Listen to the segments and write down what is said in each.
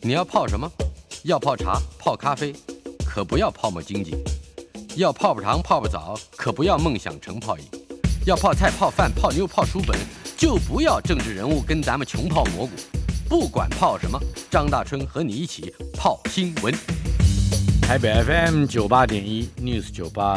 你要泡什么？要泡茶、泡咖啡，可不要泡沫经济；要泡泡糖、泡泡澡，可不要梦想成泡影；要泡菜、泡饭、泡妞、泡书本，就不要政治人物跟咱们穷泡蘑菇。不管泡什么，张大春和你一起泡新闻。台北 FM 98.1 News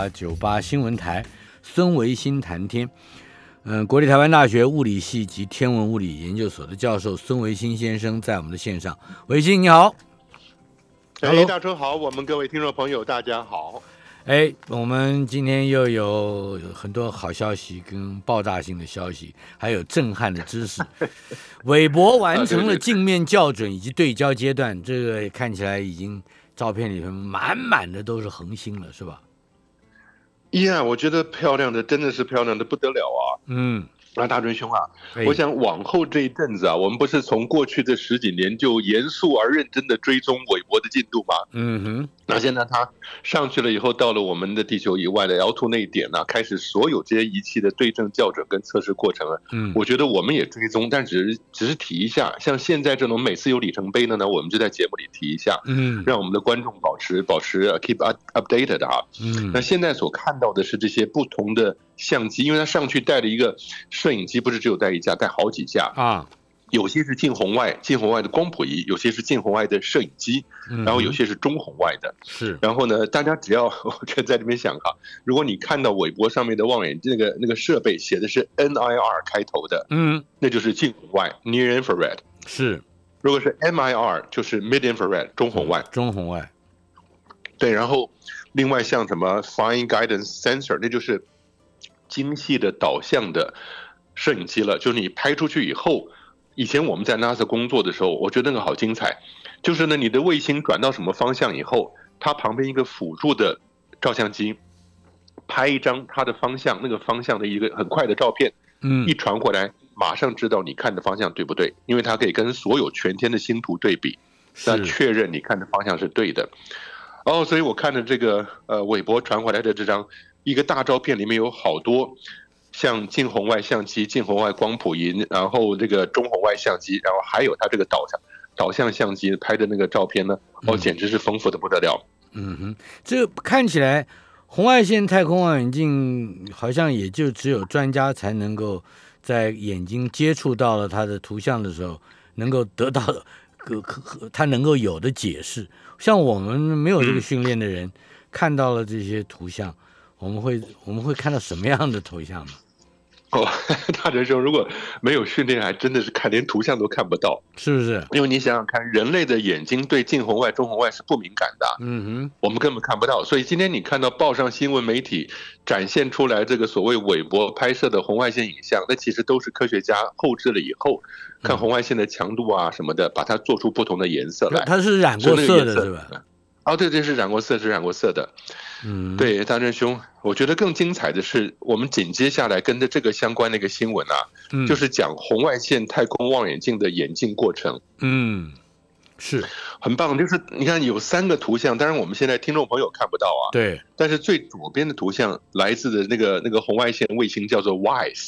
98新闻台，孙维新谈天。国立台湾大学物理系及天文物理研究所的教授孙维新先生在我们的线上。维新你好。 大春好，我们各位听众朋友大家好。 我们今天又有很多好消息跟爆炸性的消息，还有震撼的知识。韦伯完成了镜面校准以及对焦阶段，这个看起来已经照片里面满满的都是恒星了，是吧？ 我觉得漂亮的真的是漂亮的不得了啊。大春兄啊，我想往后这一阵子啊，我们不是从过去这10几年就严肃而认真的追踪韦伯的进度吗？那现在他上去了以后，到了我们的地球以外的 L2 那一点呢，开始所有这些仪器的对正校准跟测试过程了。我觉得我们也追踪，但只是提一下，像现在这种每次有里程碑的呢，我们就在节目里提一下，让我们的观众保持 keep updated 啊。那现在所看到的是这些不同的相机，因为他上去带了一个摄影机，不是只有带一架，带好几架啊。有些是近红外的光谱仪，有些是近红外的摄影机，然后有些是中红外的。然后呢，大家只要我在这边想哈，如果你看到韦伯上面的望远那个设备写的是 NIR 开头的，那就是近红外 Near Infrared。如果是 MIR 就是 Mid Infrared 中红外。对，然后另外像什么 Fine Guidance Sensor， 那就是精细的导向的摄影机了，就是你拍出去以后。以前我们在 NASA 工作的时候，我觉得那个好精彩，就是呢，你的卫星转到什么方向以后，它旁边一个辅助的照相机拍一张它的方向，那个方向的一个很快的照片，一传过来，马上知道你看的方向对不对，因为它可以跟所有全天的星图对比，那确认你看的方向是对的。所以我看着这个韦伯传回来的这张一个大照片，里面有好多。像近红外相机、近红外光谱仪，然后这个中红外相机，然后还有它这个导向相机拍的那个照片呢，简直是丰富的不得了。 这看起来红外线太空望远镜好像也就只有专家才能够在眼睛接触到了它的图像的时候，能够得到它能够有的解释。像我们没有这个训练的人，看到了这些图像。我们会看到什么样的图像吗？ 大学生如果没有训练，还真的是连图像都看不到， 是不是？ 因为你想想看，人类的眼睛对近红外、中红外是不敏感的，我们根本看不到。所以今天你看到报上新闻媒体展现出来这个所谓韦伯拍摄的红外线影像，那其实都是科学家后置了以后，看红外线的强度啊什么的，把它做出不同的颜色来。 它是染过色的，是吧？ 对，是染过色的。对，大正兄，我觉得更精彩的是，我们紧接下来跟着这个相关的一个新闻啊，就是讲红外线太空望远镜的演进过程。 是很棒，就是你看有3个图像，当然我们现在听众朋友看不到啊。 对， 但是最左边的图像来自的那个红外线卫星叫做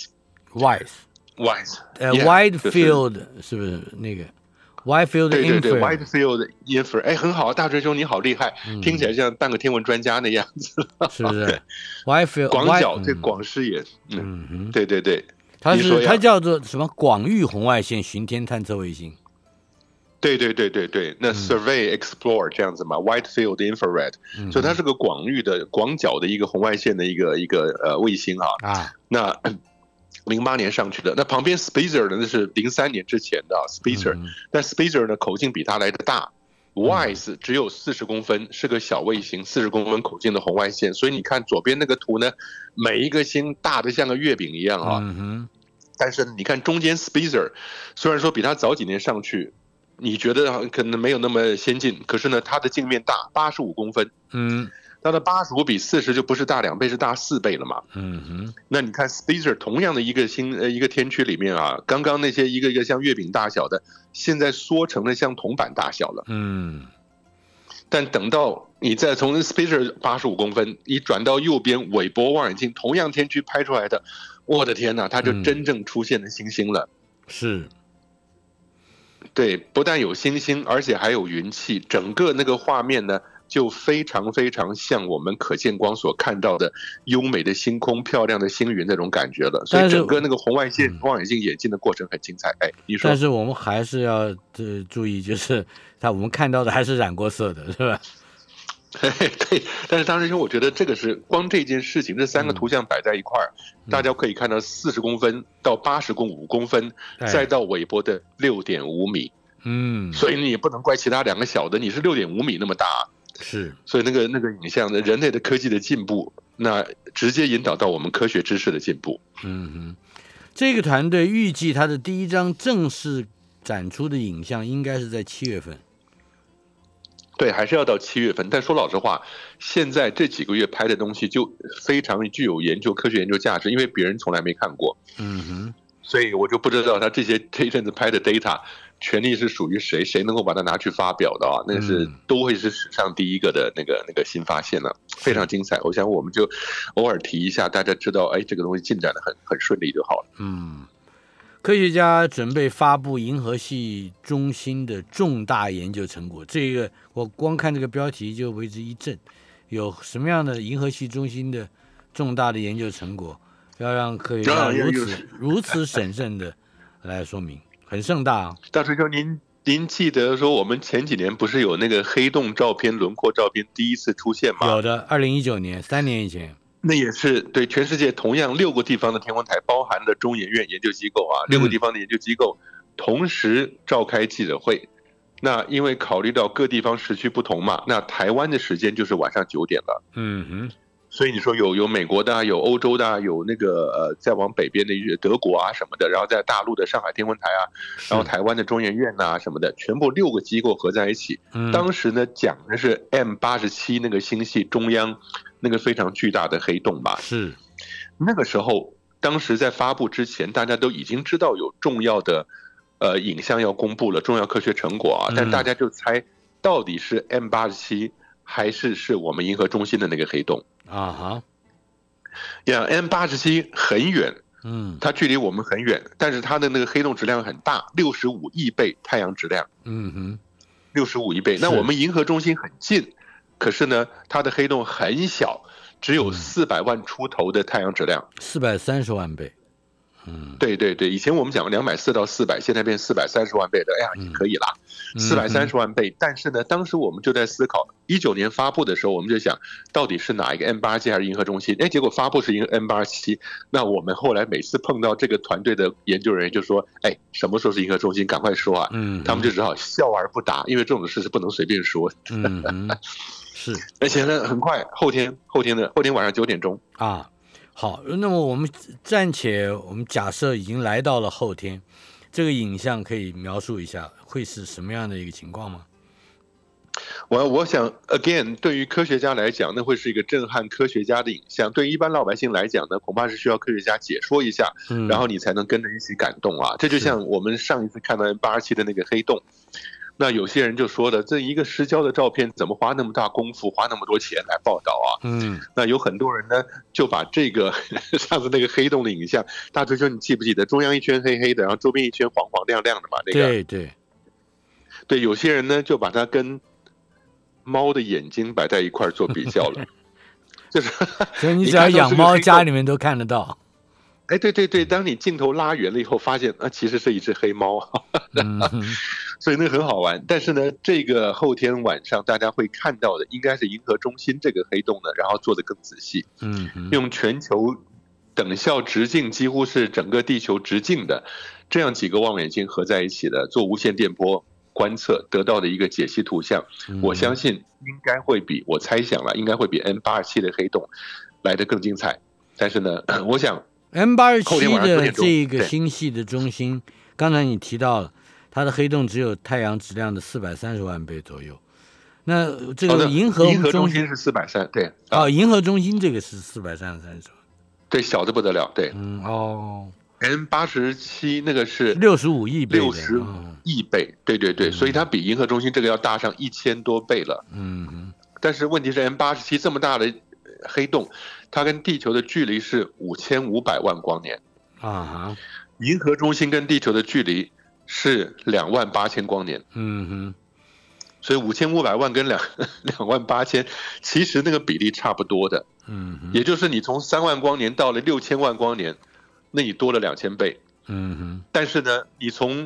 WISE。 Wide Field 是不是那个？Wide Field Infrared， 对 Wide Field Infrared， 很好，大追兄你好厉害，听起来像半个天文专家那样子， 是不是？Wide Field 广角，这广视野，对， 它叫做什么？广域红外线巡天探测卫星。 对，那 Survey Explore 这样子嘛 ，Wide Field Infrared， 所以它是个广域的广角的一个红外线的一个卫星啊。那08年上去的，那旁边 Spitzer 呢？那是03年之前的Spitzer，但 Spitzer 呢口径比它来的大 ，WISE 只有40公分，是个小卫星，40公分口径的红外线，所以你看左边那个图呢，每一个星大的像个月饼一样啊。但是你看中间 Spitzer， 虽然说比它早几年上去，你觉得可能没有那么先进，可是呢，它的镜面大85公分。它的85比40就不是大2倍，是大4倍了嘛。那你看 Spitzer 同样的一个天区里面啊，刚刚那些一个像月饼大小的，现在缩成了像铜板大小了。但等到你再从 Spitzer 85公分，你转到右边韦伯望远镜同样天区拍出来的，我的天哪，它就真正出现了星星了。 是。 对，不但有星星，而且还有云气，整个那个画面呢，就非常非常像我们可见光所看到的优美的星空、漂亮的星云那种感觉了。所以整个那个红外线望远镜眼镜的过程很精彩。哎，你说？ 但是我们还是要注意，就是我们看到的还是染过色的，是吧？ 对，但是张师兄，我觉得这个是光这件事情，这3个图像摆在一块儿，大家可以看到40公分到85公分，再到韦伯的6.5米。所以你也不能怪其他2个小的，你是6.5米那么大。 是， 所以那个影像的人类的科技的进步，那直接引导到我们科学知识的进步。 这个团队预计它的第一张正式展出的影像应该是在7月份。 对，还是要到7月份。但说老实话，现在这几个月拍的东西就非常具有科学研究价值，因为别人从来没看过。所以我就不知道他这一阵子拍的 data 权利是属于谁，谁能够把它拿去发表的啊？那是都会是史上第一个的那个新发现了，非常精彩。我想我们就偶尔提一下，大家知道，哎，这个东西进展的很顺利就好了。 科学家准备发布银河系中心的重大研究成果，这个我光看这个标题就为之一振。有什么样的银河系中心的重大的研究成果，要让科学家如此审慎的来说明，很盛大啊。 大师兄，您记得说我们前几年不是有那个黑洞照片、轮廓照片第一次出现吗？ 有的，2019年，3年以前。 那也是对全世界同样6个地方的天文台，包含了中研院研究机构啊，6个地方的研究机构同时召开记者会。那因为考虑到各地方时区不同嘛，那台湾的时间就是晚上9点了。所以你说有美国的，有欧洲的，有那个再往北边的德国啊什么的，然后在大陆的上海天文台啊，然后台湾的中研院啊什么的，全部6个机构合在一起。当时呢讲的是 M87 那个星系中央那个非常巨大的黑洞吧。 是那个时候，当时在发布之前，大家都已经知道有重要的影像要公布了，重要科学成果啊，但大家就猜到底是 M87 还是我们银河中心的那个黑洞。M87 很远，它距离我们很远，但是它的那个黑洞质量很大，65亿倍太阳质量，65亿倍。那我们银河中心很近，可是呢，它的黑洞很小，只有400万出头的太阳质量 ，430万倍。 对，以前我们讲240到400，现在变430万倍的，哎呀，也可以啦，430万倍。但是呢，当时我们就在思考，19年发布的时候，我们就想到底是哪一个 M87 还是银河中心？哎，结果发布是M87。那我们后来每次碰到这个团队的研究人员就说，哎，什么时候是银河中心？赶快说啊！他们就只好笑而不答，因为这种事是不能随便说。 是， 而且呢，很快，后天晚上9点钟啊。好，那么我们暂且我们假设已经来到了后天，这个影像可以描述一下会是什么样的一个情况吗？ 我想 again 对于科学家来讲，那会是一个震撼科学家的影像；对于一般老百姓来讲呢，恐怕是需要科学家解说一下，然后你才能跟着一起感动啊。这就像我们上一次看到 M87的那个黑洞。那有些人就说了，这一个失焦的照片怎么花那么大功夫，花那么多钱来报道啊？那有很多人呢就把这个上次那个黑洞的影像，大师兄你记不记得中央一圈黑黑的，然后周边一圈黄黄亮亮的嘛？那个对，有些人呢就把它跟猫的眼睛摆在一块做比较了，就是所以你只要养猫，家里面都看得到。 哎，对，当你镜头拉远了以后，发现其实是一只黑猫，所以那很好玩。但是呢，这个后天晚上大家会看到的，应该是银河中心这个黑洞呢，然后做得更仔细，用全球等效直径几乎是整个地球直径的这样几个望远镜合在一起的，做无线电波观测得到的一个解析图像，我相信应该会比我猜想了，应该会比 M87的黑洞来得更精彩。但是呢，我想。 M87的这个星系的中心，刚才你提到了，它的黑洞只有太阳质量的430万倍左右。那这个银河中心是430，对。 银河中心这个是430万， 对，小的不得了，对。M87那个是 65亿倍 ，60亿倍，对，所以它比银河中心这个要大上1000多倍了。但是问题是 M87这么大的黑洞，它跟地球的距离是5500万光年。银河中心跟地球的距离是28000光年。所以5500万跟28000，其实那个比例差不多的。也就是你从3万光年到了6000万光年，那你多了2000倍。但是呢，你从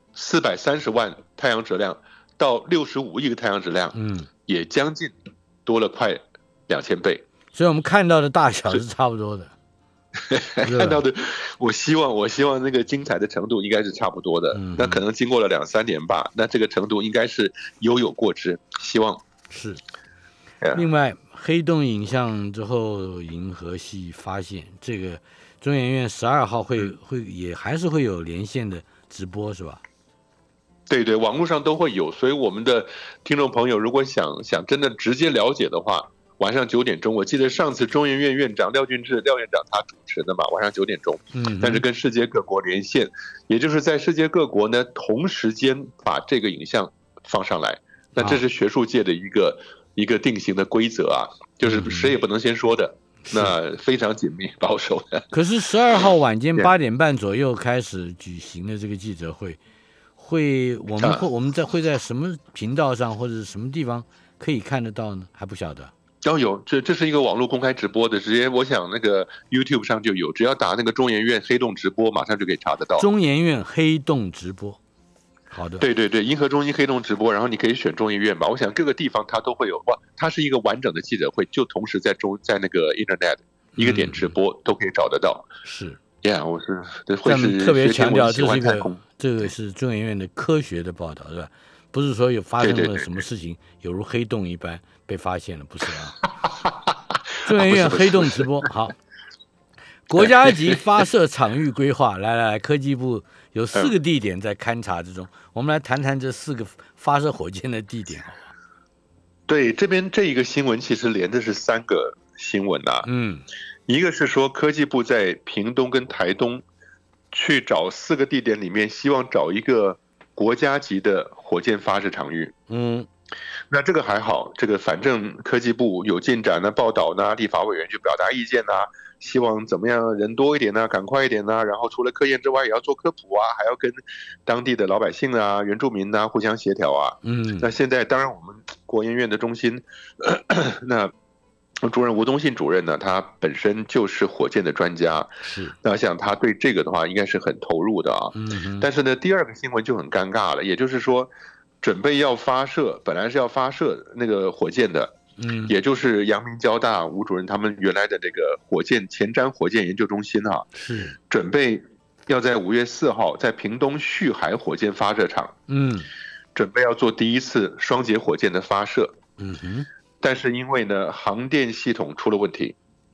430万太阳质量到65亿个太阳质量，也将近多了快2000倍。 所以我们看到的大小是差不多的。 看到的，我希望那个精彩的程度应该是差不多的。那可能经过了2-3年吧，那这个程度应该是犹有过之。希望是。另外，黑洞影像之后，银河系发现这个中研院12号会也还是会有连线的直播是吧？ 对，网络上都会有。所以我们的听众朋友如果想真的直接了解的话，晚上9点钟，我记得上次中研院院长廖俊智廖院长他主持的嘛，晚上9点钟。但是跟世界各国连线，也就是在世界各国呢同时间把这个影像放上来。那这是学术界的一个定型的规则啊，就是谁也不能先说的。那非常紧密保守的。 可是12号晚间8点半左右开始举行的这个记者会，我们会在什么频道上或者什么地方可以看得到呢？还不晓得。 有，这是一个网络公开直播的，直接我想那个 YouTube 上就有，只要打那个中研院黑洞直播，马上就可以查得到。 中研院黑洞直播，好的。 对，银河中心黑洞直播，然后你可以选中研院吧。我想各个地方它都会有，它是一个完整的记者会，就同时在那个 Internet 一个点直播都可以找得到。 是。 我是特别强调这个是中研院的科学的报道，是吧？不是说有发生了什么事情，有如黑洞一般被发现了，不是啊？中研院黑洞直播，好。国家级发射场域规划，来，科技部有4个地点在勘察之中，我们来谈谈这4个发射火箭的地点，好吧？ 对，这边这一个新闻其实连的是3个新闻啊。一个是说科技部在屏东跟台东去找4个地点里面，希望找一个国家级的火箭发射场域。那这个还好，这个反正科技部有进展呢，报道呢，立法委员去表达意见呢，希望怎么样人多一点呢，赶快一点呢，然后除了科研之外也要做科普啊，还要跟当地的老百姓啊、原住民啊互相协调啊。那现在当然我们国研院的中心那主任吴东信主任呢，他本身就是火箭的专家，那想他对这个的话应该是很投入的啊。但是呢，第2个新闻就很尴尬了，也就是说，准备要发射，本来是要发射那个火箭的，也就是阳明交大吴主任他们原来的这个前瞻火箭研究中心啊，准备要在5月4号在屏东旭海火箭发射场，准备要做第一次双节火箭的发射。但是因为呢，航电系统出了问题，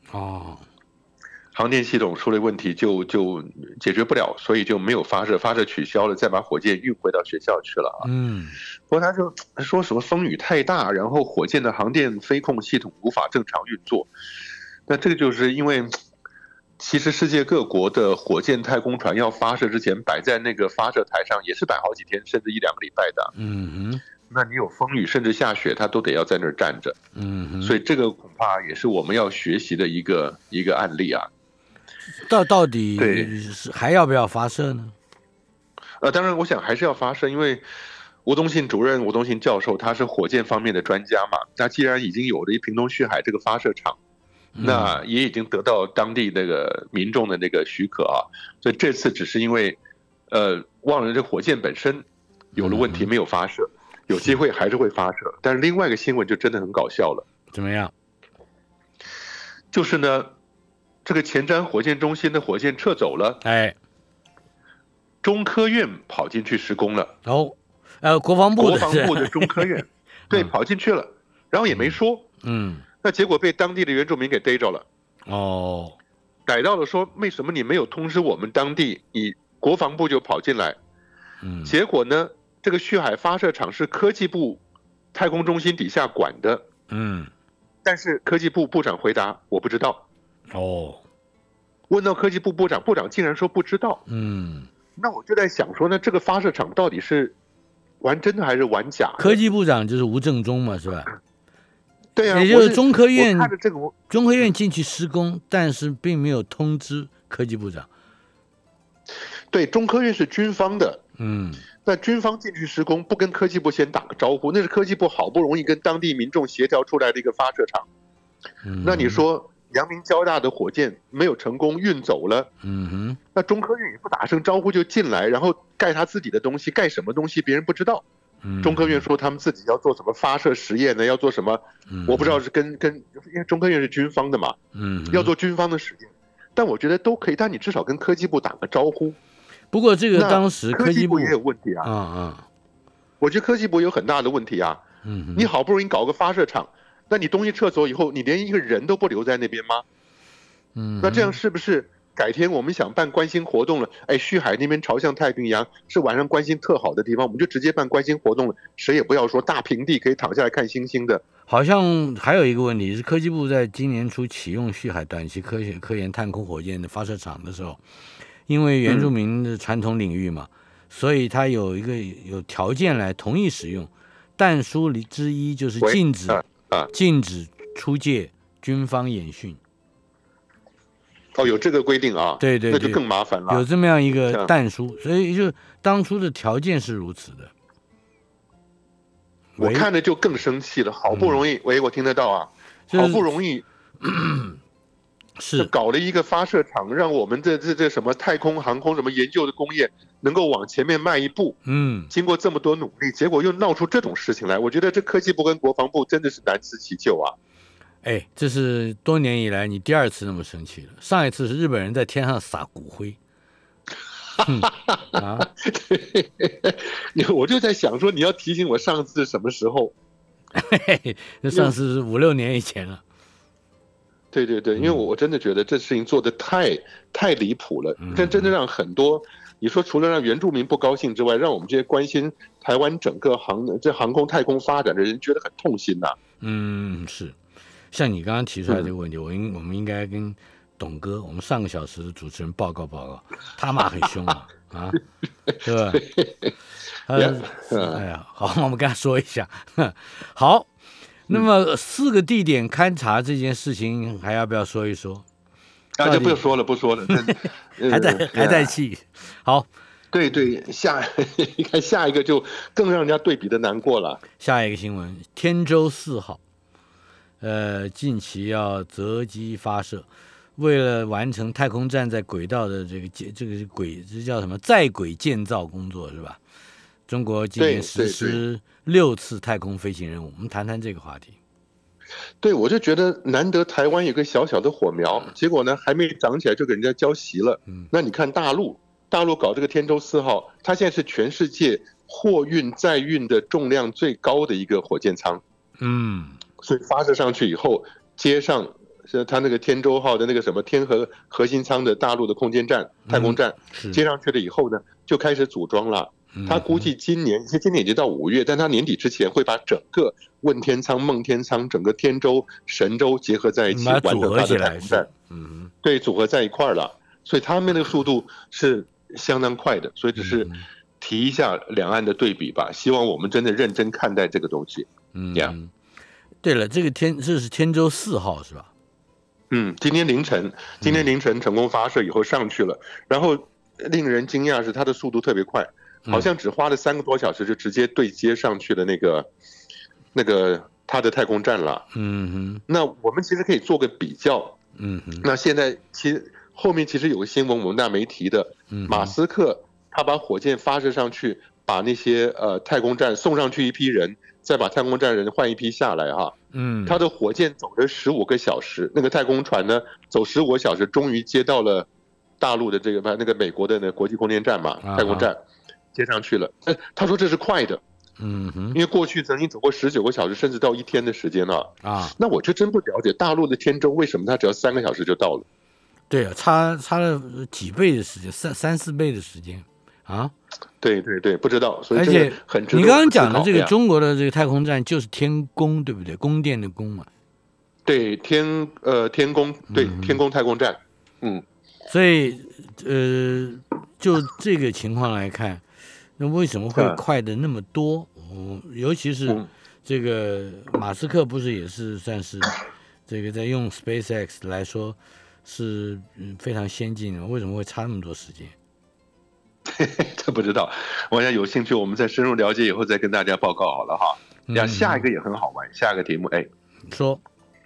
航电系统出了问题就解决不了，所以就没有发射取消了，再把火箭运回到学校去了啊。不过他就说什么风雨太大，然后火箭的航电飞控系统无法正常运作。那这个就是因为，其实世界各国的火箭太空船要发射之前，摆在那个发射台上也是摆好几天，甚至1-2个礼拜的。那你有风雨甚至下雪，它都得要在那儿站着。所以这个恐怕也是我们要学习的一个案例啊。 到底还要不要发射呢？ 当然我想还是要发射，因为吴东信主任、吴东信教授他是火箭方面的专家嘛。那既然已经有了屏东旭海这个发射场，那也已经得到当地那个民众的那个许可啊。所以这次只是因为忘了这火箭本身有了问题没有发射，有机会还是会发射。但是另外一个新闻就真的很搞笑了。 怎么样？ 就是呢，这个前瞻火箭中心的火箭撤走了，中科院跑进去施工了。 国防部的中科院对，跑进去了，然后也没说。那结果被当地的原住民给逮着了。逮到了，说为什么你没有通知我们当地，你国防部就跑进来？结果呢，这个旭海发射场是科技部太空中心底下管的。但是科技部部长回答我不知道。问到科技部部长，部长竟然说不知道。那我就在想说，那这个发射场到底是玩真的还是玩假的？ 科技部长就是吴正中嘛，是吧？ 对啊， 也就是中科院进去施工，但是并没有通知科技部长。 对，中科院是军方的， 那军方进去施工，不跟科技部先打个招呼，那是科技部好不容易跟当地民众协调出来的一个发射场。那你说阳明交大的火箭没有成功运走了，那中科院也不打声招呼就进来，然后盖他自己的东西，盖什么东西别人不知道。中科院说他们自己要做什么发射实验呢？要做什么？我不知道是因为中科院是军方的嘛，要做军方的实验。但我觉得都可以，但你至少跟科技部打个招呼。 不过这个当时科技部也有问题啊。我觉得科技部有很大的问题啊。你好不容易搞个发射场，那你东西撤走以后，你连一个人都不留在那边吗？那这样是不是改天我们想办观星活动了？哎，旭海那边朝向太平洋是晚上观星特好的地方，我们就直接办观星活动了，谁也不要说大平地可以躺下来看星星的。 好像还有一个问题是，科技部在今年初启用旭海短期科研探空火箭的发射场的时候，因为原住民的传统领域嘛，所以他有条件来同意使用，但书之一就是禁止出借军方演训。 有这个规定啊？ 对， 那就更麻烦了。 有这么样一个但书，所以就当初的条件是如此的。 我看着就更生气了，好不容易，我听得到啊，好不容易是搞了一个发射场，让我们这什么太空航空什么研究的工业能够往前面迈一步。经过这么多努力，结果又闹出这种事情来，我觉得这科技部跟国防部真的是难辞其咎啊。 这是多年以来你第二次那么生气了，上一次是日本人在天上撒骨灰。 我就在想说，你要提醒我上次什么时候？ 那上次是5、6年以前了。 对，因为我真的觉得这事情做得太离谱了，真的让很多，你说除了让原住民不高兴之外，让我们这些关心台湾整个航空太空发展的人觉得很痛心呐。 是，像你刚刚提出来这个问题，我们应该跟董哥，我们上个小时的主持人报告，他骂很凶啊，对吧？哎呀，好，我们跟他说一下。好，那么4个地点勘察这件事情，还要不要说一说？ 就不说了， 还在气。好， 对，你看下一个就更让人家对比的难过了。 下一个新闻，天舟4号，近期要择机发射。为了完成太空站在轨道的这叫什么在轨建造工作是吧？中国今年实施6次太空飞行任务，我们谈谈这个话题。 对，我就觉得难得台湾有个小小的火苗，结果呢还没长起来就给人家浇熄了。那你看大陆搞这个天舟4号，它现在是全世界货运载运的重量最高的一个火箭舱。所以发射上去以后，接上是他那个天舟号的那个什么天河核心舱的大陆的空间站、太空站接上去了以后呢，就开始组装了。他估计今年已经到5月，但他年底之前会把整个问天舱、梦天舱、整个天舟、神舟结合在一起，完成他的太空站。对，组合在一块了。所以他们那个速度是相当快的。所以只是提一下两岸的对比吧，希望我们真的认真看待这个东西。 对了，这是天舟4号是吧？ 今天凌晨成功发射以后上去了，然后令人惊讶是它的速度特别快，好像只花了3个多小时就直接对接上去了那个它的太空站了。那我们其实可以做个比较。那现在后面其实有个新闻我们大没提的，马斯克他把火箭发射上去，把那些太空站送上去一批人，再把太空站人换一批下来哈。他的火箭走了15个小时，那个太空船呢走15个小时，终于接到了大陆的那个美国的那个国际空间站嘛，太空站接上去了。他说这是快的，因为过去曾经走过19个小时，甚至到1天的时间了那我就真不了解大陆的天舟为什么他只要3个小时就到了。 对啊，差了几倍的时间，3-4倍的时间啊。 对，不知道，所以而且你刚刚讲的这个中国的这个太空站就是天宫，对不对？宫殿的宫嘛。 对，天宫，对，天宫太空站。 所以就这个情况来看，那为什么会快的那么多？尤其是这个马斯克不是也是算是这个在用 SpaceX 来说是非常先进的，为什么会差那么多时间？ 这不知道，我想有兴趣我们再深入了解以后再跟大家报告好了哈。下一个也很好玩，下一个题目， 说。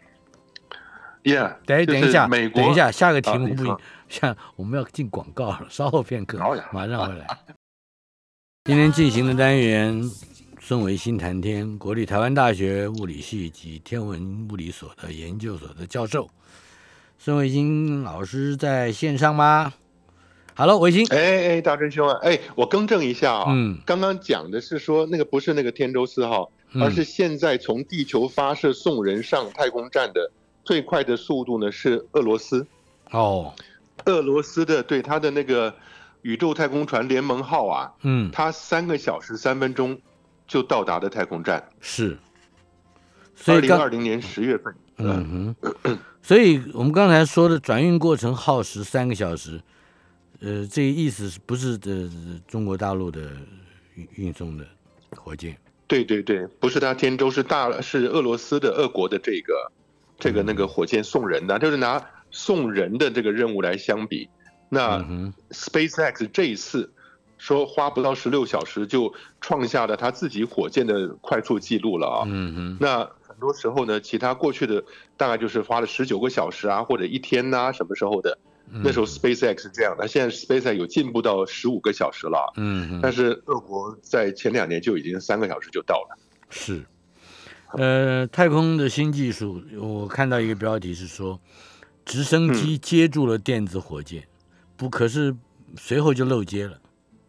等一下， 美国， 等一下，下个题目不像我们要进广告了，稍后片刻，马上回来。今天进行的单元，孙维新谈天，国立台湾大学物理系及天文物理所的研究所的教授，孙维新老师在线上吗？好了，维新。 大真兄啊，我更正一下啊，刚刚讲的是说那个不是那个天舟4号，而是现在从地球发射送人上太空站的最快的速度呢是俄罗斯。俄罗斯的对它的那个宇宙太空船联盟号啊，它3个小时3分钟就到达的太空站。 是。所以 2020年10月份。 所以我们刚才说的转运过程耗时3个小时，这个意思是不是中国大陆的运送的火箭？ 对，不是它天舟，是俄罗斯的俄国的这个那个火箭送人的，就是拿送人的这个任务来相比。那SpaceX 这一次说花不到16小时就创下了他自己火箭的快速记录了啊。那很多时候呢，其他过去的大概就是花了19个小时啊，或者1天啊，什么时候的？那时候 SpaceX 是这样的，现在 SpaceX 有进步到15个小时了。但是俄国在前2年就已经3个小时就到了。 是。太空的新技术，我看到一个标题是说，直升机接住了电子火箭，可是随后就漏接了。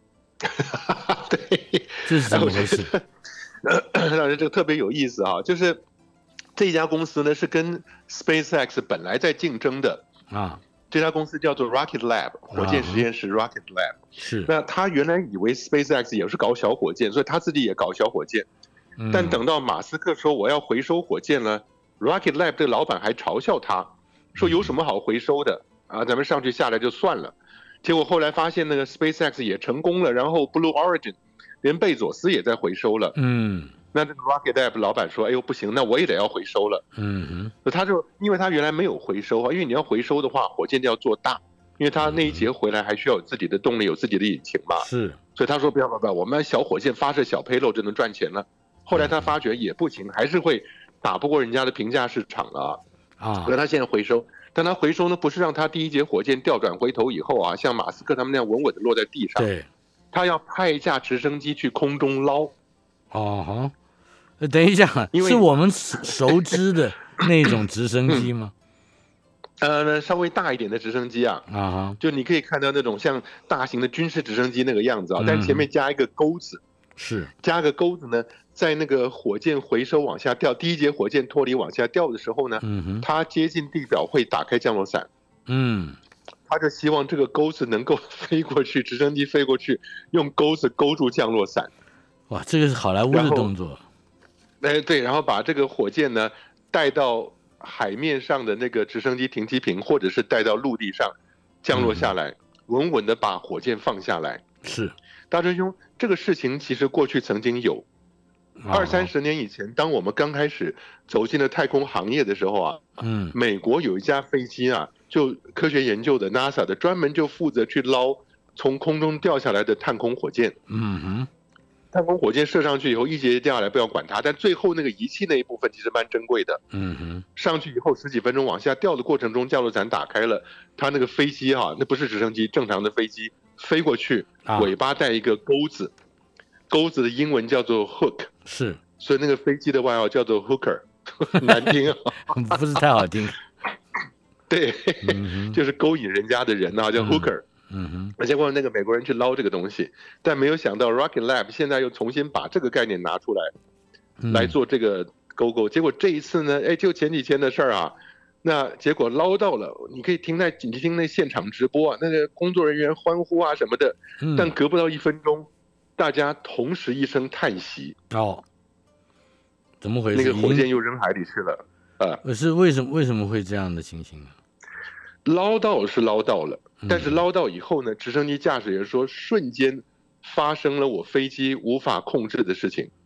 对， 这是怎么回事？ 这个特别有意思啊，就是这家公司呢是跟 SpaceX 本来在竞争的啊。这家公司叫做 Rocket Lab 火箭实验室 Rocket Lab。 是。 那他原来以为 SpaceX 也是搞小火箭，所以他自己也搞小火箭。但等到马斯克说我要回收火箭了， Rocket Lab 这个老板还嘲笑他，说有什么好回收的啊，咱们上去下来就算了。结果后来发现那个 SpaceX 也成功了，然后 Blue Origin 连贝佐斯也在回收了。那这个 Rocket Lab 老板说，哎呦不行，那我也得要回收了。他就因为他原来没有回收啊，因为你要回收的话，火箭就要做大，因为他那一节回来还需要有自己的动力，有自己的引擎嘛。 是。 所以他说不要，我们小火箭发射小 payload 就能赚钱了。后来他发觉也不行，还是会打不过人家的平价市场了啊。所以他现在回收，但他回收呢，不是让他第一节火箭调转回头以后啊，像马斯克他们那样稳稳的落在地上。 对， 他要派一架直升机去空中捞。 等一下，是我们熟知的那种直升机吗？ 稍微大一点的直升机啊，就你可以看到那种像大型的军事直升机那个样子啊，但前面加一个钩子。 是。加个钩子呢，在那个火箭回收往下掉，第一节火箭脱离往下掉的时候呢，它接近地表会打开降落伞。他就希望这个钩子能够飞过去，直升机飞过去，用钩子勾住降落伞。 哇，这个是好莱坞的动作。 对，然后把这个火箭呢带到海面上的那个直升机停机坪，或者是带到陆地上降落下来，稳稳的把火箭放下来。 是。 大真兄，这个事情其实过去曾经有，20-30年以前，当我们刚开始走进了太空行业的时候啊，美国有一架飞机啊，就科学研究的 NASA 的，专门就负责去捞从空中掉下来的探空火箭。太空火箭射上去以后，一节掉下来不要管它，但最后那个仪器那一部分其实蛮珍贵的。上去以后10几分钟往下掉的过程中，降落伞打开了，它那个飞机那不是直升机，正常的飞机飞过去，尾巴带一个钩子，钩子的英文叫做 hook。 是。 所以那个飞机的外号叫做 hooker， 难听不是太好听。 对，就是勾引人家的人叫 hooker。结果那个美国人去捞这个东西，但没有想到 Rocket Lab 现在又重新把这个概念拿出来，来做这个勾。结果这一次呢，就前几天的事儿啊，那结果捞到了，你可以听那现场直播那个工作人员欢呼啊什么的，但隔不到1分钟，大家同时一声叹息。 怎么回事？ 那个火箭又扔海里去了。 是为什么会这样的情形呢？ 捞到是捞到了，但是捞到以后呢，直升机驾驶员说瞬间发生了我飞机无法控制的事情。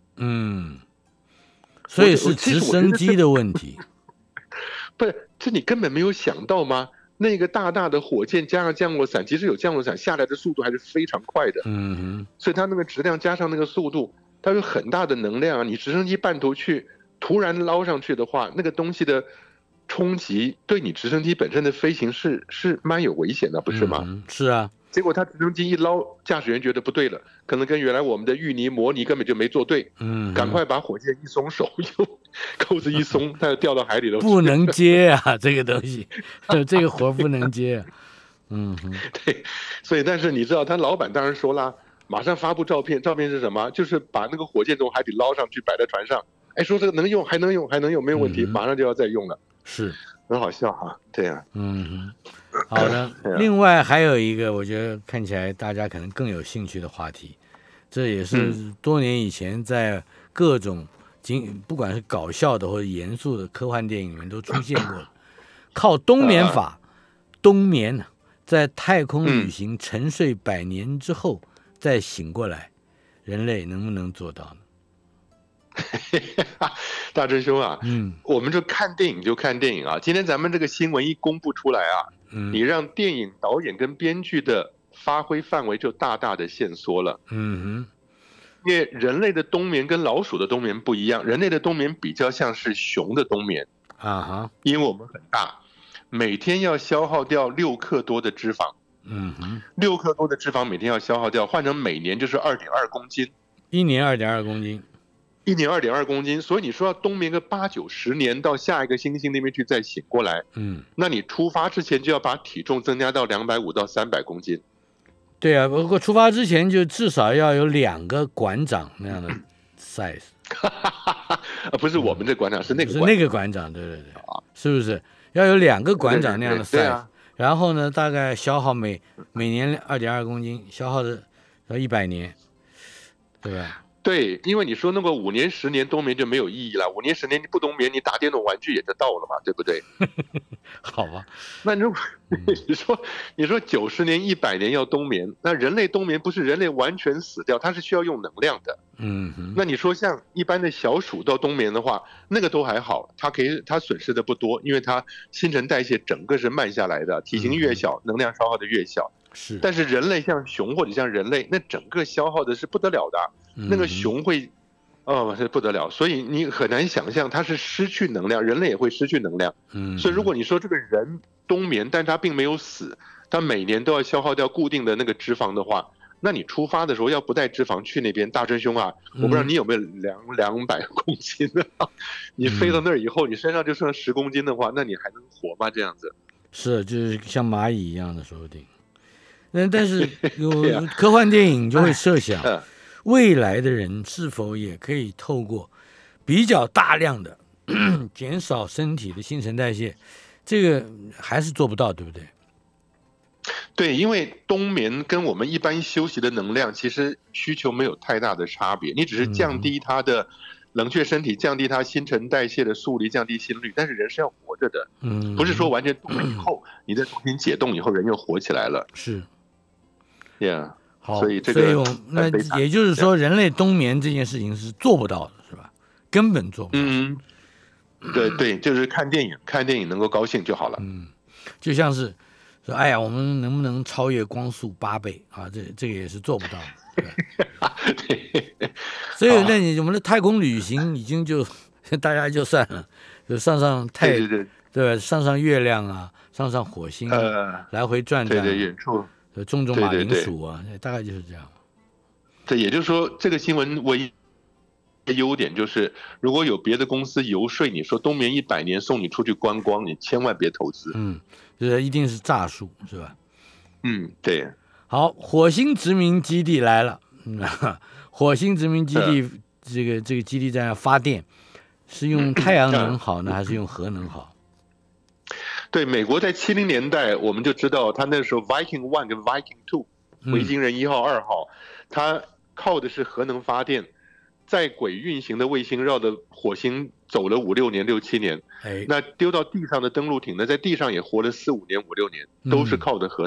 所以是直升机的问题。 不是，这你根本没有想到吗？ 那个大大的火箭加上降落伞，即使有降落伞下来的速度还是非常快的。所以它那个质量加上那个速度，它有很大的能量啊。你直升机半途去突然捞上去的话，那个东西的冲击对你直升机本身的飞行是蛮有危险的，不是吗？ 是啊。 结果他直升机一捞，驾驶员觉得不对了，可能跟原来我们的芋泥模拟根本就没做对，赶快把火箭一松手，又扣子一松，他就掉到海里了。 不能接啊，这个东西，这个活不能接啊。 对，所以但是你知道，他老板当然说啦，马上发布照片，照片是什么？就是把那个火箭从海底捞上去，摆在船上，哎，说这个能用，还能用，没有问题，马上就要再用了。 是。 很好笑哈，对呀。 好的。另外还有一个，我觉得看起来大家可能更有兴趣的话题，这也是多年以前在各种不管是搞笑的或者严肃的科幻电影里面都出现过的，靠冬眠法，冬眠在太空旅行沉睡100年之后再醒过来，人类能不能做到呢？ 大真兄啊，我们就看电影就看电影啊。今天咱们这个新闻一公布出来啊，你让电影导演跟编剧的发挥范围就大大的限缩了。因为人类的冬眠跟老鼠的冬眠不一样，人类的冬眠比较像是熊的冬眠因为我们很大，每天要消耗掉6克多的脂肪。6克多的脂肪每天要消耗掉，换成每年就是2.2公斤。 1年2.2公斤。 1年2.2公斤，所以你说要冬眠个8、9、10年到下一个星星那边去再醒过来，那你出发之前就要把体重增加到250到300公斤。 对啊，不过出发之前就至少要有2个馆长那样的 size。 不是我们这馆长，是那个馆长，对，是不是要有2个馆长那样的 size？然后呢，大概消耗每年2.2公斤，消耗的要100年，对吧？ 对，因为你说那个5年10年冬眠就没有意义了，5年10年你不冬眠，你打电动玩具也就到了嘛，对不对？ 好吧， 那如果你说90年100年要冬眠，那人类冬眠不是人类完全死掉，它是需要用能量的。那你说像一般的小鼠到冬眠的话，那个都还好，它损失的不多，因为它新陈代谢整个是慢下来的，体型越小，能量消耗的越小。 是， 但是人类像熊或者像人类，那整个消耗的是不得了的。那个熊会，是不得了，所以你很难想象它是失去能量，人类也会失去能量。所以如果你说这个人冬眠，但他并没有死，他每年都要消耗掉固定的那个脂肪的话，那你出发的时候要不带脂肪去那边，大真兄啊，我不知道你有没有200公斤的，你飞到那儿以后，你身上就剩10公斤的话，那你还能活吗？这样子是，就是像蚂蚁一样的说不定。但是有科幻电影就会设想，未来的人是否也可以透过比较大量的减少身体的新陈代谢，这个还是做不到，对不对？ 对，因为冬眠跟我们一般休息的能量其实需求没有太大的差别，你只是降低它的冷却身体，降低它新陈代谢的速率，降低心率，但是人是要活着的，不是说完全冻了以后，你再重新解冻以后人又活起来了。 是 ，Yeah。 好， 所以这个那也就是说，人类冬眠这件事情是做不到的，是吧？根本做不到。 对，就是看电影能够高兴就好了。 就像是说，哎呀，我们能不能超越光速8倍啊？这个也是做不到的。对。所以，那我们的太空旅行已经就大家就算了，就上对，上月亮啊，上火星，来回转转， 对，远处。 种马铃薯啊，大概就是这样。 对，也就是说，这个新闻唯一的优点就是，如果有别的公司游说你说冬眠100年送你出去观光，你千万别投资。 就是一定是诈术，是吧？ 对。 好，火星殖民基地来了。火星殖民基地这个基地在那发电，是用太阳能好呢，还是用核能好？ 对，美国在70年代我们就知道，他那时候 Viking 1跟 Viking 2，维京人1号、2号，他靠的是核能发电，在轨运行的卫星绕着火星走了5、6年、6、7年，那丢到地上的登陆艇呢，在地上也活了4、5年、5、6年，都是靠的核能。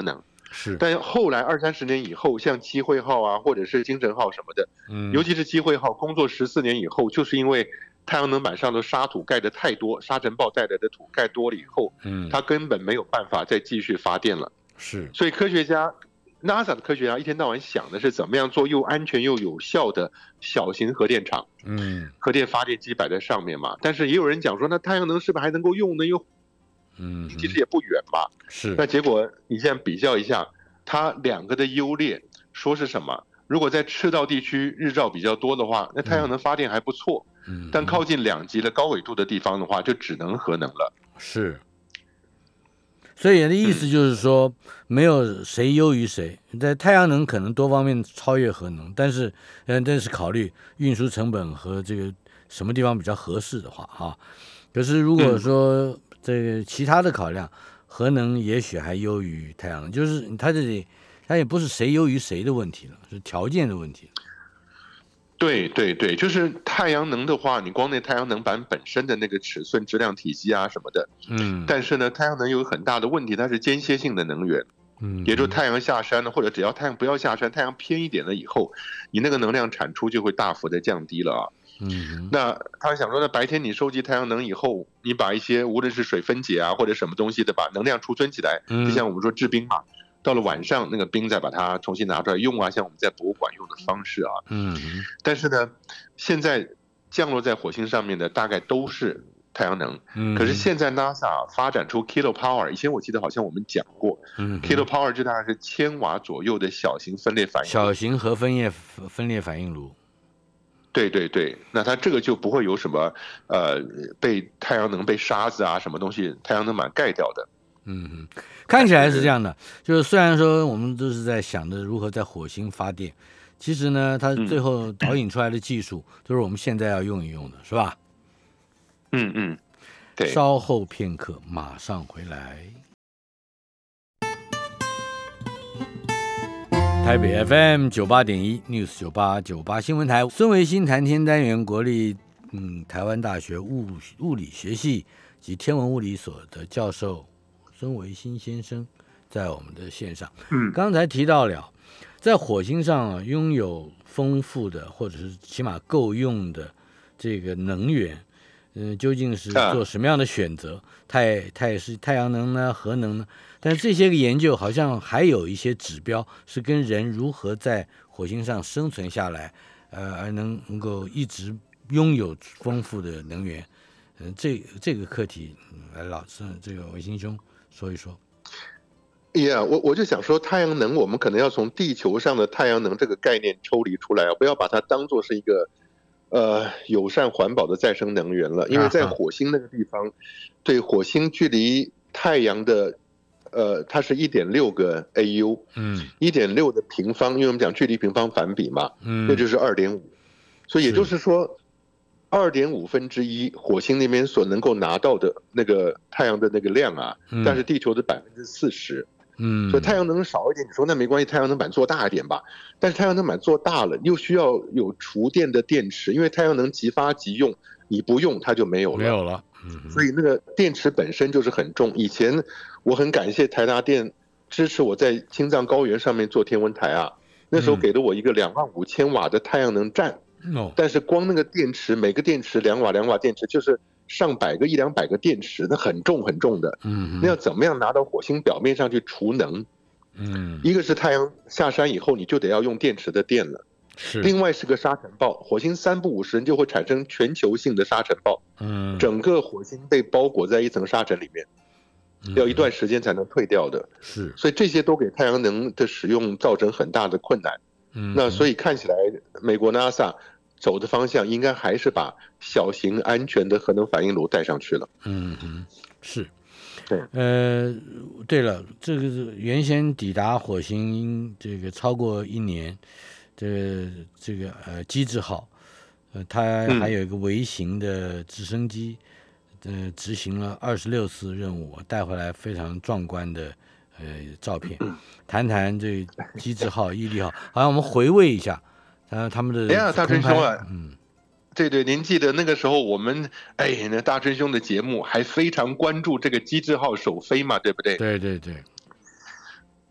是， 但后来20-30年以后，像机会号啊，或者是精神号什么的，尤其是机会号工作14年以后，就是因为太阳能板上的沙土盖的太多，沙尘暴带来的土盖多了以后，它根本没有办法再继续发电了。 是， 所以科学家 NASA 的科学家一天到晚想的是怎么样做又安全又有效的小型核电厂，核电发电机摆在上面嘛。但是也有人讲说，那太阳能是不是还能够用呢？又其实也不远吧。 是。 那结果你现在比较一下，它两个的优劣，说是什么？如果在赤道地区日照比较多的话，那太阳能发电还不错。但靠近2极的高纬度的地方的话，就只能核能了。 是。所以的意思就是说，没有谁优于谁。在太阳能可能多方面超越核能，但是考虑运输成本和这个什么地方比较合适的话啊。可是如果说这个其他的考量，核能也许还优于太阳能，就是它也不是谁优于谁的问题了，是条件的问题。 对对对，就是太阳能的话，你光那太阳能板本身的那个尺寸、质量、体积啊什么的，但是呢，太阳能有很大的问题，它是间歇性的能源，也就是太阳下山了，或者只要太阳不要下山，太阳偏一点了以后，你那个能量产出就会大幅的降低了啊。那他想说，那白天你收集太阳能以后，你把一些无论是水分解啊或者什么东西的，把能量储存起来，就像我们说制冰嘛。到了晚上，那个冰再把它重新拿出来用啊，像我们在博物馆用的方式啊。但是呢，现在降落在火星上面的大概都是太阳能。可是现在 NASA 发展出 Kilopower， 以前我记得好像我们讲过，Kilopower 就大概是1000瓦左右的小型分裂反应炉， 小型核分裂反应炉。 对对对，那它这个就不会有什么被太阳能被沙子啊什么东西太阳能板盖掉的。 看起来是这样的，就是虽然说我们都是在想着如何在火星发电，其实呢，它最后导引出来的技术都是我们现在要用一用的，是吧？ 对。 稍后片刻，马上回来。台北 FM 98.1 News 98新闻台，孙维新谈天单元，国立台湾大学物理学系及天文物理所的教授孙维新先生在我们的线上。刚才提到了，在火星上拥有丰富的或者是起码够用的这个能源，究竟是做什么样的选择？是太阳能呢，核能呢？但是这些个研究好像还有一些指标是跟人如何在火星上生存下来，而能够一直拥有丰富的能源。这个课题，来老师这个维新兄说一说。 我就想说，太阳能我们可能要从地球上的太阳能这个概念抽离出来，不要把它当作是一个友善环保的再生能源了，因为在火星那个地方，对，火星距离太阳的它是1.6个 AU，1.6 的平方，因为我们讲距离平方反比嘛，那就是2.5，所以也就是说2.5分之一火星那边所能够拿到的那个太阳的那个量啊，但是地球的40%。所以太阳能少一点，你说那没关系，太阳能板做大一点吧。但是太阳能板做大了，又需要有储电的电池，因为太阳能即发即用，你不用它就没有了。所以那个电池本身就是很重。以前我很感谢台达电支持我在青藏高原上面做天文台啊，那时候给了我一个25000瓦的太阳能站，但是光那个电池，每个电池2瓦电池就是上百个100-200个电池，那很重很重的。那要怎么样拿到火星表面上去储能？一个是太阳下山以后你就得要用电池的电了，另外是个沙尘暴，火星3不5时就会产生全球性的沙尘暴，整个火星被包裹在一层沙尘里面，要一段时间才能退掉的。所以这些都给太阳能的使用造成很大的困难。那所以看起来美国 NASA 走的方向应该还是把小型安全的核能反应炉带上去了。 是。对了，这个原先抵达火星这个超过1年，这个机智号，它还有一个微型的直升机，执行了26次任务，带回来非常壮观的照片。谈谈这机智号、毅力号，好像我们回味一下他们的大春兄啊，对，您记得那个时候我们那大春兄的节目还非常关注这个机智号首飞嘛，对不对？ 对。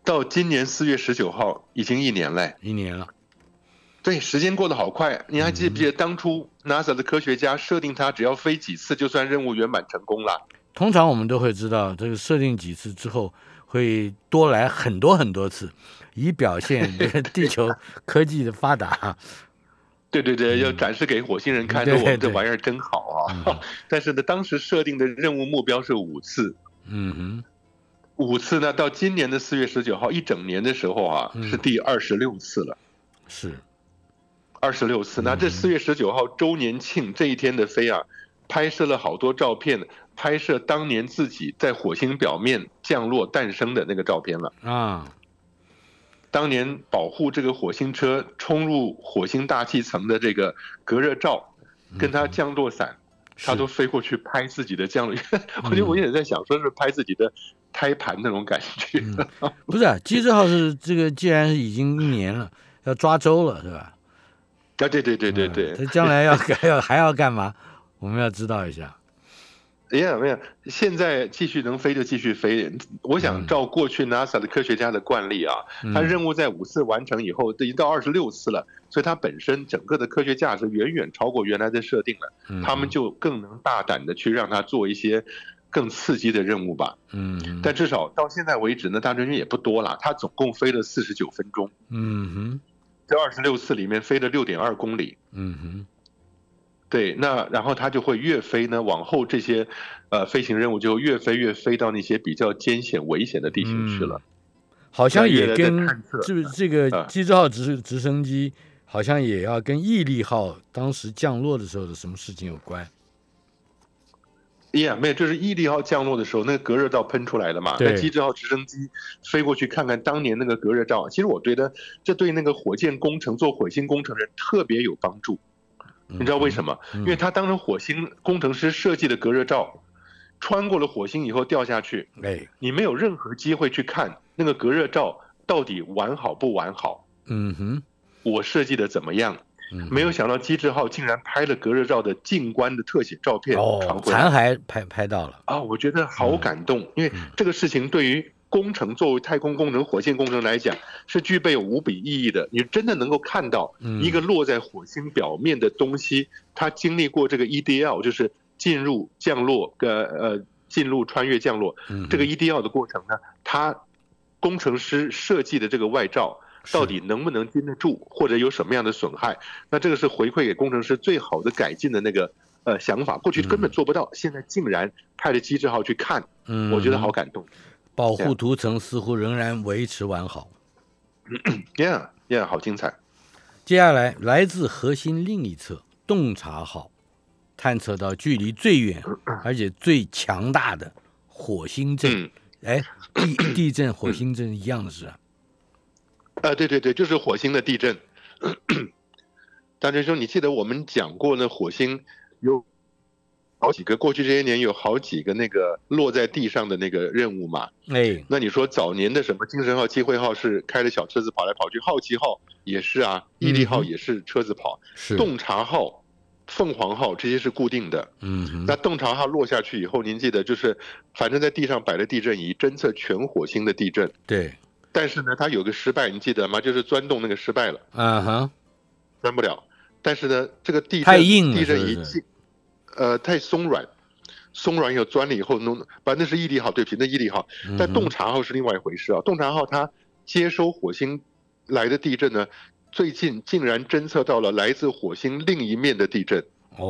到今年4月19号已经1年了。 1年了。 对，时间过得好快。你还记不记得当初 NASA 的科学家设定它只要飞几次就算任务圆满成功了？ 通常我们都会知道，这个设定几次之后会多来很多很多次，以表现这个地球科技的发达。 对对对，要展示给火星人看，说我们这玩意儿真好啊！但是呢，当时设定的任务目标是5次。5次呢，到今年的4月19号，一整年的时候啊，是第26次了。 是 26次。那这4月19号周年庆这一天的飞啊，拍摄了好多照片，拍摄当年自己在火星表面降落诞生的那个照片了啊。当年保护这个火星车冲入火星大气层的这个隔热罩，跟它降落伞，他都飞过去拍自己的降落。我觉得我也在想，说是拍自己的胎盘那种感觉。 不是啊，机智号是这个，既然已经1年了，要抓周了，是吧？ 啊，对对对对对。 他将来还要干嘛？我们要知道一下。 没有，现在继续能飞就继续飞。我想照过去 NASA 的科学家的惯例啊，他任务在5次完成以后，已经到26次了，所以它本身整个的科学价值远远超过原来的设定了。他们就更能大胆的去让他做一些更刺激的任务吧。但至少到现在为止呢，大专军也不多了，他总共飞了49分钟。这26次里面飞了6.2公里。对，那然后它就会越飞呢，往后这些飞行任务就越飞到那些比较艰险危险的地形去了。 好像也跟这个机智号直升机好像也要跟毅力号当时降落的时候的什么事情有关。 没有，就是毅力号降落的时候，那个隔热罩喷出来了嘛。那机智号直升机飞过去看看当年那个隔热罩，其实我觉得这对那个火箭工程做火星工程人特别有帮助。你知道为什么？因为他当成火星工程师设计的隔热罩，穿过了火星以后掉下去，你没有任何机会去看那个隔热罩到底完好不完好。我设计的怎么样？没有想到机智号竟然拍了隔热罩的近观的特写照片传回来， 残骸拍到了啊！我觉得好感动，因为这个事情对于工程作为太空工程、火箭工程来讲，是具备有无比意义的。你真的能够看到一个落在火星表面的东西，它经历过这个 EDL， 就是进入、降落、进入、穿越、降落这个 EDL 的过程呢，它工程师设计的这个外罩到底能不能经得住，或者有什么样的损害？那这个是回馈给工程师最好的改进的那个想法。过去根本做不到，现在竟然派了机智号去看，我觉得好感动。 保护涂层似乎仍然维持完好。 好精彩。 接下来，来自核心另一侧洞察号探测到距离最远而且最强大的火星阵。地震、火星阵一样的是啊。 对，就是火星的地震。大真兄，你记得我们讲过呢？火星有好几个，过去这些年有好几个那个落在地上的那个任务嘛。那你说早年的什么精神号、机会号是开着小车子跑来跑去，好奇号也是啊，毅力号也是车子跑，洞察号、凤凰号这些是固定的。那洞察号落下去以后，您记得就是反正在地上摆了地震仪，侦测全火星的地震。 对。 但是呢，它有个失败，你记得吗？就是钻洞那个失败了。钻不了。但是呢，这个地震仪太松软以后钻了以后那是毅力号，对不起，那毅力号。但洞察号是另外一回事啊。洞察号它接收火星来的地震呢，最近竟然侦测到了来自火星另一面的地震。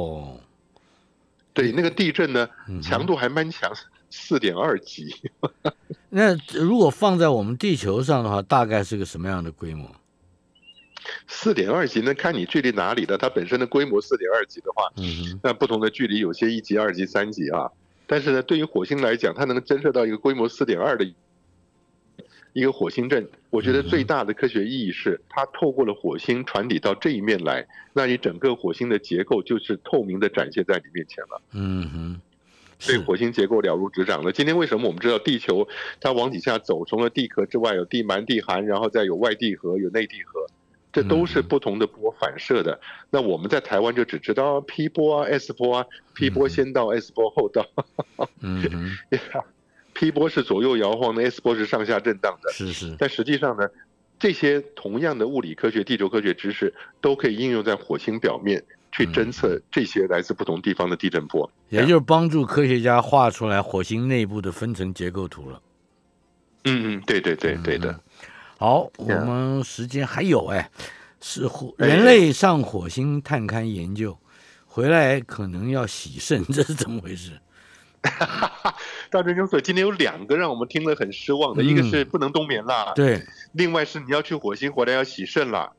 对，那个地震呢，强度还蛮强，4.2级。 那如果放在我们地球上的话，大概是个什么样的规模 ？4.2级呢，看你距离哪里的，它本身的规模4.2级的话，那不同的距离有些1级、2级、3级啊。但是呢，对于火星来讲，它能侦测到一个规模4.2的一个火星阵，我觉得最大的科学意义是它透过了火星传递到这一面来，那你整个火星的结构就是透明的展现在你面前了。对火星结构了如指掌了。今天为什么我们知道地球它往底下走，除了地壳之外有地幔、地函，然后再有外地核、有内地核，这都是不同的波反射的。那我们在台湾就只知道 P 波啊、S 波啊，P 波先到 ，S 波后到。 P 波是左右摇晃的 ，S 波是上下震荡的。 是。 但实际上呢，这些同样的物理科学、地球科学知识都可以应用在火星表面去侦测这些来自不同地方的地震波， 也就是帮助科学家画出来火星内部的分层结构图了。 对的。 好，我们时间还有是人类上火星探勘研究回来可能要洗肾，这是怎么回事？ 大真兄，所以今天有2个让我们听了很失望的，一个是不能冬眠啦， 对， 另外是你要去火星回来要洗肾啦。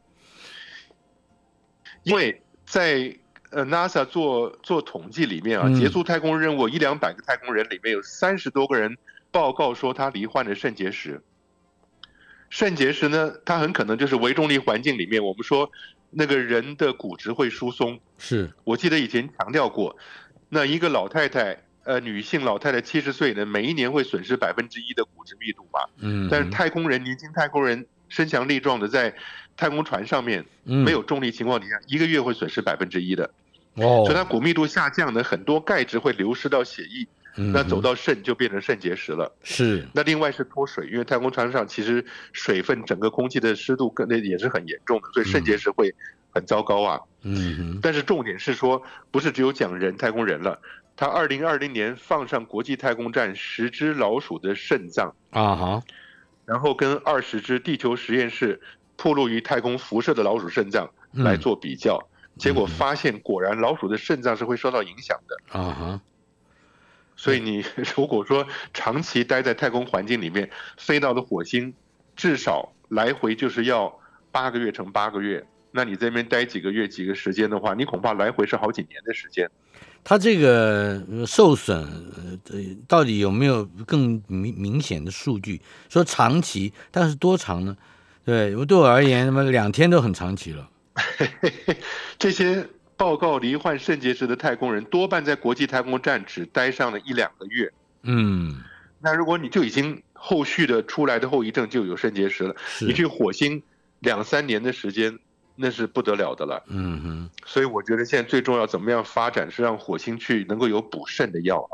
因为在NASA 做统计里面结束太空任务100-200个太空人里面有30多个人报告说他罹患了肾结石。肾结石呢，它很可能就是微重力环境里面，我们说那个人的骨质会疏松。 是我记得以前强调过，那一个老太太，女性老太太70岁呢，每一年会损失1%的骨质密度嘛。但是年轻太空人身强力壮的在太空船上面，没有重力情况底下，1个月会损失1%的。所以它骨密度下降呢，很多钙质会流失到血液。那走到肾就变成肾结石了。 是。 那另外是脱水，因为太空船上其实水分整个空气的湿度也是很严重的，所以肾结石会很糟糕啊。但是重点是说，不是只有讲太空人了，他2020年放上国际太空站10只老鼠的肾脏然后跟20只地球实验室暴露于太空辐射的老鼠肾脏来做比较，结果发现果然老鼠的肾脏是会受到影响的。所以你如果说长期待在太空环境里面，飞到了火星，至少来回就是要8个月乘8个月，那你在那边待几个月几个时间的话，你恐怕来回是好几年的时间。 它这个受损到底有没有更明显的数据？说长期，但是多长呢？对我而言，那么2天都很长期了。 这些报告罹患肾结石的太空人多半在国际太空站只待上了1-2个月。那如果你就已经后续的出来的后遗症就有肾结石了，你去火星2-3年的时间，那是不得了的了。所以我觉得现在最重要怎么样发展是让火星去能够有补肾的药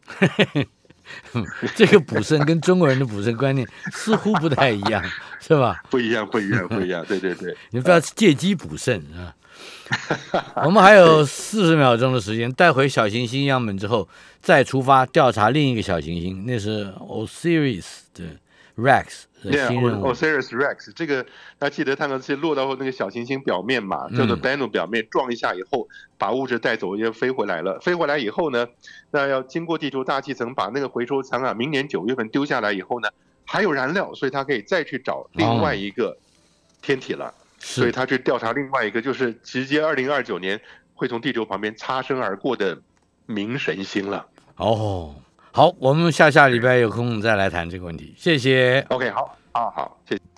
这个补肾跟中国人的补肾观念似乎不太一样，是吧？ 不一样。对。 你不要借机补肾啊。我们还有40秒钟的时间，带回小行星样本之后，再出发调查另一个小行星，那是 Osiris 的 Rex 的新任务。 Osiris Rex 这个，大家记得探测器落到那个小行星表面嘛，叫做 Bennu 表面，撞一下以后，把物质带走，又飞回来了。飞回来以后呢，那要经过地球大气层，把那个回收舱明年9月份丢下来以后呢，还有燃料，所以它可以再去找另外一个天体了。所以他去调查另外一个，就是直接2029年会从地球旁边擦身而过的冥神星了。 好，我们下礼拜有空再来谈这个问题。谢谢。 OK， 好，谢谢。